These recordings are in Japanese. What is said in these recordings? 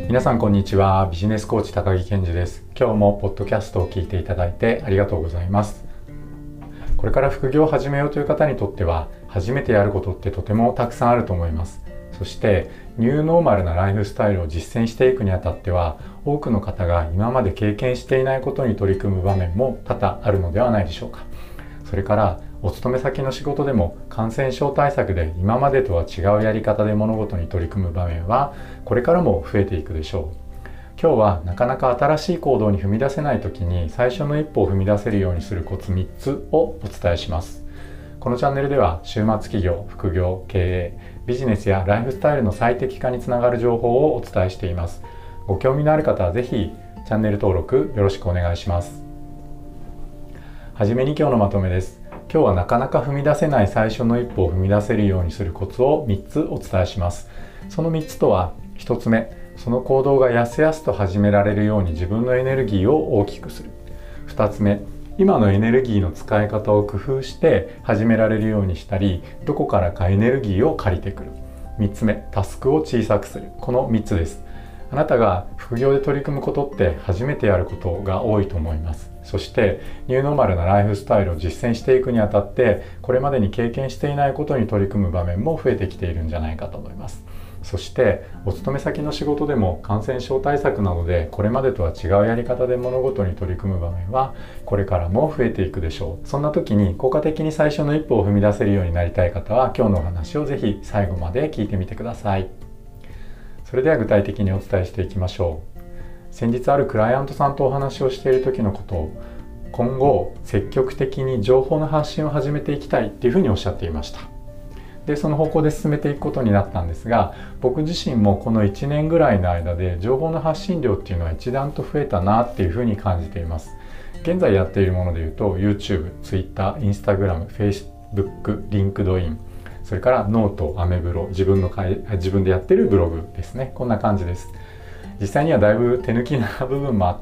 皆さんこんにちは。ビジネスコーチ高木健二です。今日もポッドキャストを聞いていただいてありがとうございます。これから副業を始めようという方にとっては、初めてやることってとてもたくさんあると思います。そしてニューノーマルなライフスタイルを実践していくにあたっては、多くの方が今まで経験していないことに取り組む場面も多々あるのではないでしょうか。それからお勤め先の仕事でも感染症対策で今までとは違うやり方で物事に取り組む場面はこれからも増えていくでしょう。今日はなかなか新しい行動に踏み出せない時に最初の一歩を踏み出せるようにするコツ3つをお伝えします。このチャンネルでは週末企業、副業、経営、ビジネスやライフスタイルの最適化につながる情報をお伝えしています。ご興味のある方はぜひチャンネル登録よろしくお願いします。はじめに今日のまとめです。今日はなかなか踏み出せない最初の一歩を踏み出せるようにするコツを3つお伝えします。その3つとは、1つ目、その行動がやすやすと始められるように自分のエネルギーを大きくする。2つ目、今のエネルギーの使い方を工夫して始められるようにしたり、どこからかエネルギーを借りてくる。3つ目、タスクを小さくする。この3つです。あなたが副業で取り組むことって初めてやることが多いと思います。そしてニューノーマルなライフスタイルを実践していくにあたって、これまでに経験していないことに取り組む場面も増えてきているんじゃないかと思います。そしてお勤め先の仕事でも感染症対策などでこれまでとは違うやり方で物事に取り組む場面はこれからも増えていくでしょう。そんな時に効果的に最初の一歩を踏み出せるようになりたい方は、今日のお話をぜひ最後まで聞いてみてください。それでは具体的にお伝えしていきましょう。先日あるクライアントさんとお話をしている時のことを、今後積極的に情報の発信を始めていきたいっていうふうにおっしゃっていました。で、その方向で進めていくことになったんですが、僕自身もこの1年ぐらいの間で情報の発信量っていうのは一段と増えたなっていうふうに感じています。現在やっているものでいうと YouTube、Twitter、Instagram、Facebook、LinkedIn、それからノート、アメブロ、自分でやってるブログですね。こんな感じです。実際にはだいぶ手抜きな部分もあって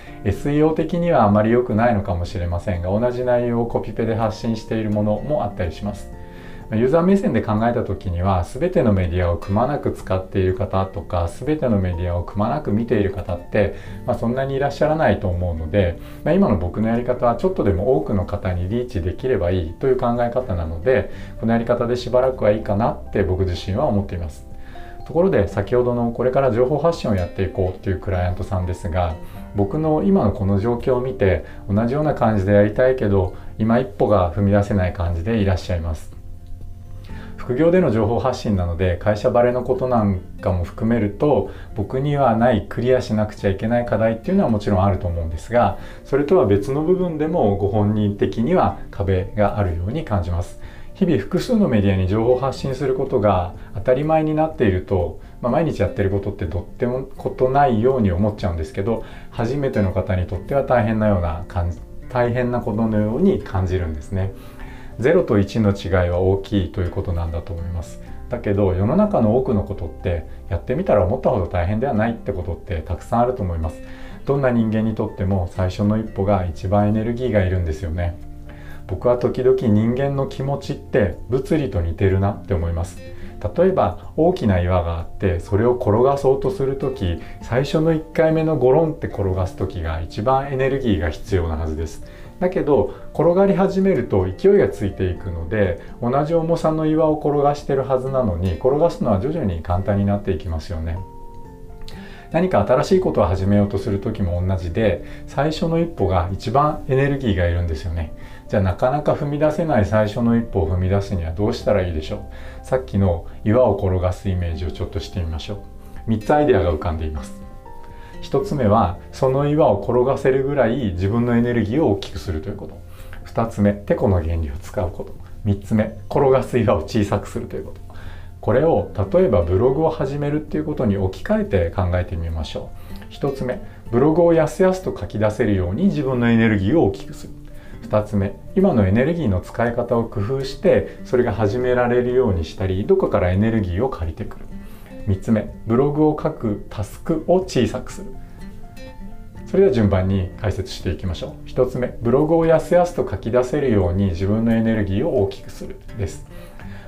、SEO 的にはあまり良くないのかもしれませんが、同じ内容をコピペで発信しているものもあったりします。ユーザー目線で考えた時には、全てのメディアをくまなく使っている方とか、全てのメディアをくまなく見ている方って、そんなにいらっしゃらないと思うので、今の僕のやり方はちょっとでも多くの方にリーチできればいいという考え方なので、このやり方でしばらくはいいかなって僕自身は思っています。ところで先ほどのこれから情報発信をやっていこうっていうクライアントさんですが、僕の今のこの状況を見て同じような感じでやりたいけど今一歩が踏み出せない感じでいらっしゃいます。副業での情報発信なので会社バレのことなんかも含めると、僕にはないクリアしなくちゃいけない課題っていうのはもちろんあると思うんですが、それとは別の部分でもご本人的には壁があるように感じます。日々複数のメディアに情報を発信することが当たり前になっていると、毎日やってることってとってもことないように思っちゃうんですけど、初めての方にとっては大変なことのように感じるんですね。0と1の違いは大きいということなんだと思います。だけど世の中の多くのことってやってみたら思ったほど大変ではないってことってたくさんあると思います。どんな人間にとっても最初の一歩が一番エネルギーがいるんですよね。僕は時々人間の気持ちって物理と似てるなって思います。例えば大きな岩があって、それを転がそうとするとき、最初の1回目のゴロンって転がすときが一番エネルギーが必要なはずです。だけど転がり始めると勢いがついていくので、同じ重さの岩を転がしてるはずなのに、転がすのは徐々に簡単になっていきますよね。何か新しいことを始めようとする時も同じで、最初の一歩が一番エネルギーがいるんですよね。じゃあなかなか踏み出せない最初の一歩を踏み出すにはどうしたらいいでしょう。さっきの岩を転がすイメージをちょっとしてみましょう。3つアイデアが浮かんでいます。1つ目はその岩を転がせるぐらい自分のエネルギーを大きくするということ。2つ目、テコの原理を使うこと。3つ目、転がす岩を小さくするということ。これを例えばブログを始めるっていうことに置き換えて考えてみましょう。1つ目、ブログをやすやすと書き出せるように自分のエネルギーを大きくする。2つ目、今のエネルギーの使い方を工夫してそれが始められるようにしたり、どこからエネルギーを借りてくる。3つ目、ブログを書くタスクを小さくする。それでは順番に解説していきましょう。1つ目、ブログをやすやすと書き出せるように自分のエネルギーを大きくするです。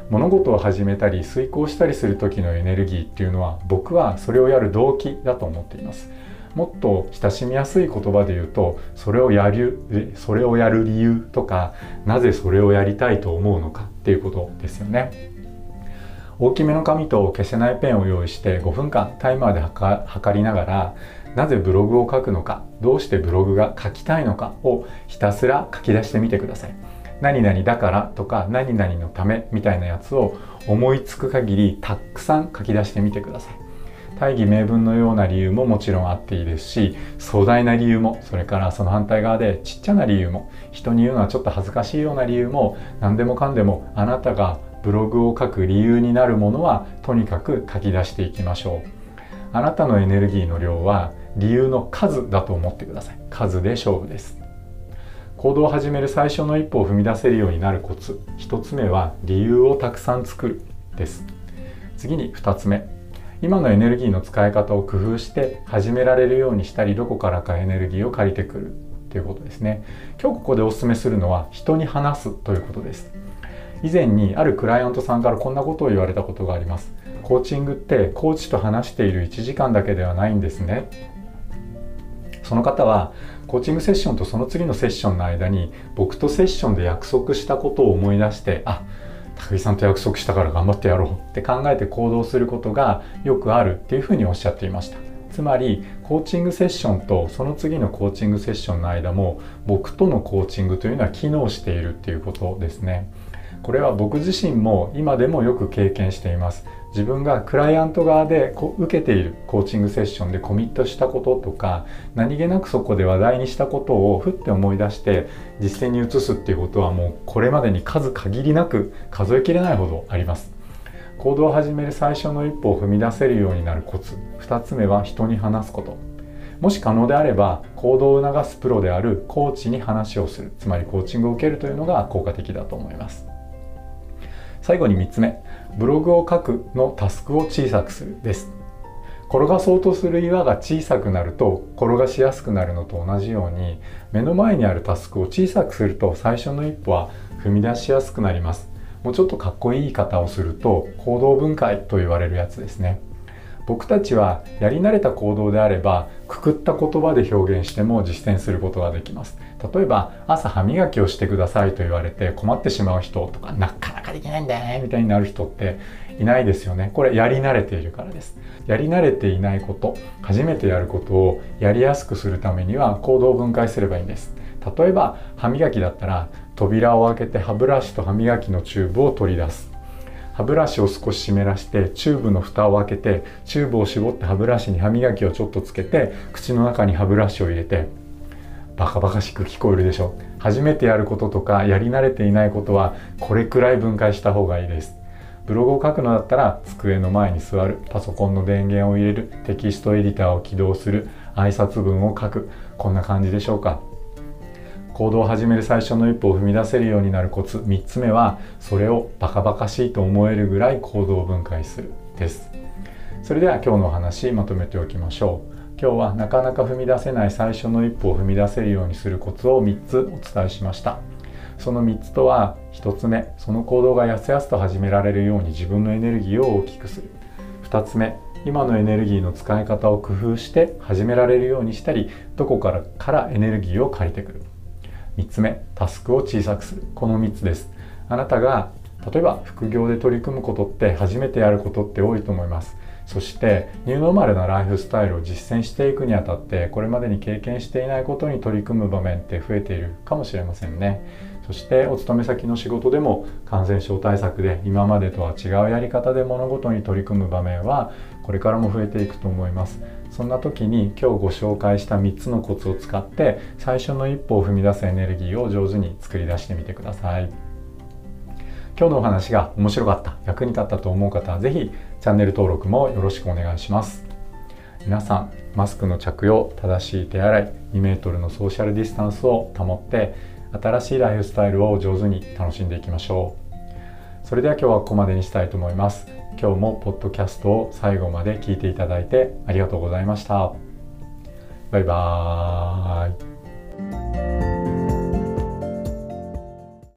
物事を始めたり遂行したりする時のエネルギーっていうのは、僕はそれをやる動機だと思っています。もっと親しみやすい言葉で言うと、それをやる理由とか、なぜそれをやりたいと思うのかっていうことですよね。大きめの紙と消せないペンを用意して5分間タイマーで測りながら、なぜブログを書くのか、どうしてブログが書きたいのかをひたすら書き出してみてください。何々だからとか何々のためみたいなやつを思いつく限りたくさん書き出してみてください。大義名分のような理由ももちろんあっていいですし、壮大な理由も、それからその反対側でちっちゃな理由も、人に言うのはちょっと恥ずかしいような理由も、何でもかんでもあなたがブログを書く理由になるものはとにかく書き出していきましょう。あなたのエネルギーの量は理由の数だと思ってください。数で勝負です。行動を始める最初の一歩を踏み出せるようになるコツ、1つ目は理由をたくさん作るです。次に2つ目、今のエネルギーの使い方を工夫して始められるようにしたり、どこからかエネルギーを借りてくるということですね。今日ここでお勧めするのは人に話すということです。以前にあるクライアントさんからこんなことを言われたことがあります。コーチングってコーチと話している1時間だけではないんですね。その方はコーチングセッションとその次のセッションの間に僕とセッションで約束したことを思い出して、高木さんと約束したから頑張ってやろうって考えて行動することがよくあるっていうふうにおっしゃっていました。つまりコーチングセッションとその次のコーチングセッションの間も僕とのコーチングというのは機能しているっていうことですね。これは僕自身も今でもよく経験しています。自分がクライアント側で受けているコーチングセッションでコミットしたこととか、何気なくそこで話題にしたことをふって思い出して実践に移すっていうことは、もうこれまでに数限りなく数えきれないほどあります。行動を始める最初の一歩を踏み出せるようになるコツ、2つ目は人に話すこと。もし可能であれば行動を促すプロであるコーチに話をする、つまりコーチングを受けるというのが効果的だと思います。最後に3つ目、ブログを書くのタスクを小さくするです。転がそうとする岩が小さくなると転がしやすくなるのと同じように、目の前にあるタスクを小さくすると最初の一歩は踏み出しやすくなります。もうちょっとかっこいい言い方をすると行動分解と言われるやつですね。僕たちはやり慣れた行動であればくくった言葉で表現しても実践することができます。例えば朝歯磨きをしてくださいと言われて困ってしまう人とか、なかなかできないんだよねみたいになる人っていないですよね。これやり慣れているからです。やり慣れていないこと、初めてやることをやりやすくするためには行動を分解すればいいんです。例えば歯磨きだったら扉を開けて歯ブラシと歯磨きのチューブを取り出す。歯ブラシを少し湿らしてチューブの蓋を開けてチューブを絞って歯ブラシに歯磨きをちょっとつけて口の中に歯ブラシを入れて、バカバカしく聞こえるでしょ。初めてやることとかやり慣れていないことはこれくらい分解した方がいいです。ブログを書くのだったら机の前に座る、パソコンの電源を入れる、テキストエディターを起動する、挨拶文を書く、こんな感じでしょうか。行動を始める最初の一歩を踏み出せるようになるコツ、3つ目はそれをバカバカしいと思えるぐらい行動を分解するです。それでは今日のお話まとめておきましょう。今日はなかなか踏み出せない最初の一歩を踏み出せるようにするコツを3つお伝えしました。その3つとは、1つ目、その行動がやすやすと始められるように自分のエネルギーを大きくする。2つ目、今のエネルギーの使い方を工夫して始められるようにしたり、どこからエネルギーを借りてくる。3つ目、タスクを小さくする。この3つです。あなたが例えば副業で取り組むことって初めてやることって多いと思います。そしてニューノーマルなライフスタイルを実践していくにあたってこれまでに経験していないことに取り組む場面って増えているかもしれませんね。そしてお勤め先の仕事でも感染症対策で今までとは違うやり方で物事に取り組む場面はこれからも増えていくと思います。そんな時に今日ご紹介した3つのコツを使って最初の一歩を踏み出すエネルギーを上手に作り出してみてください。今日のお話が面白かった、役に立ったと思う方はぜひチャンネル登録もよろしくお願いします。皆さん、マスクの着用、正しい手洗い、2メートルのソーシャルディスタンスを保って新しいライフスタイルを上手に楽しんでいきましょう。それでは今日はここまでにしたいと思います。今日もポッドキャストを最後まで聞いていただいてありがとうございました。バイバーイ。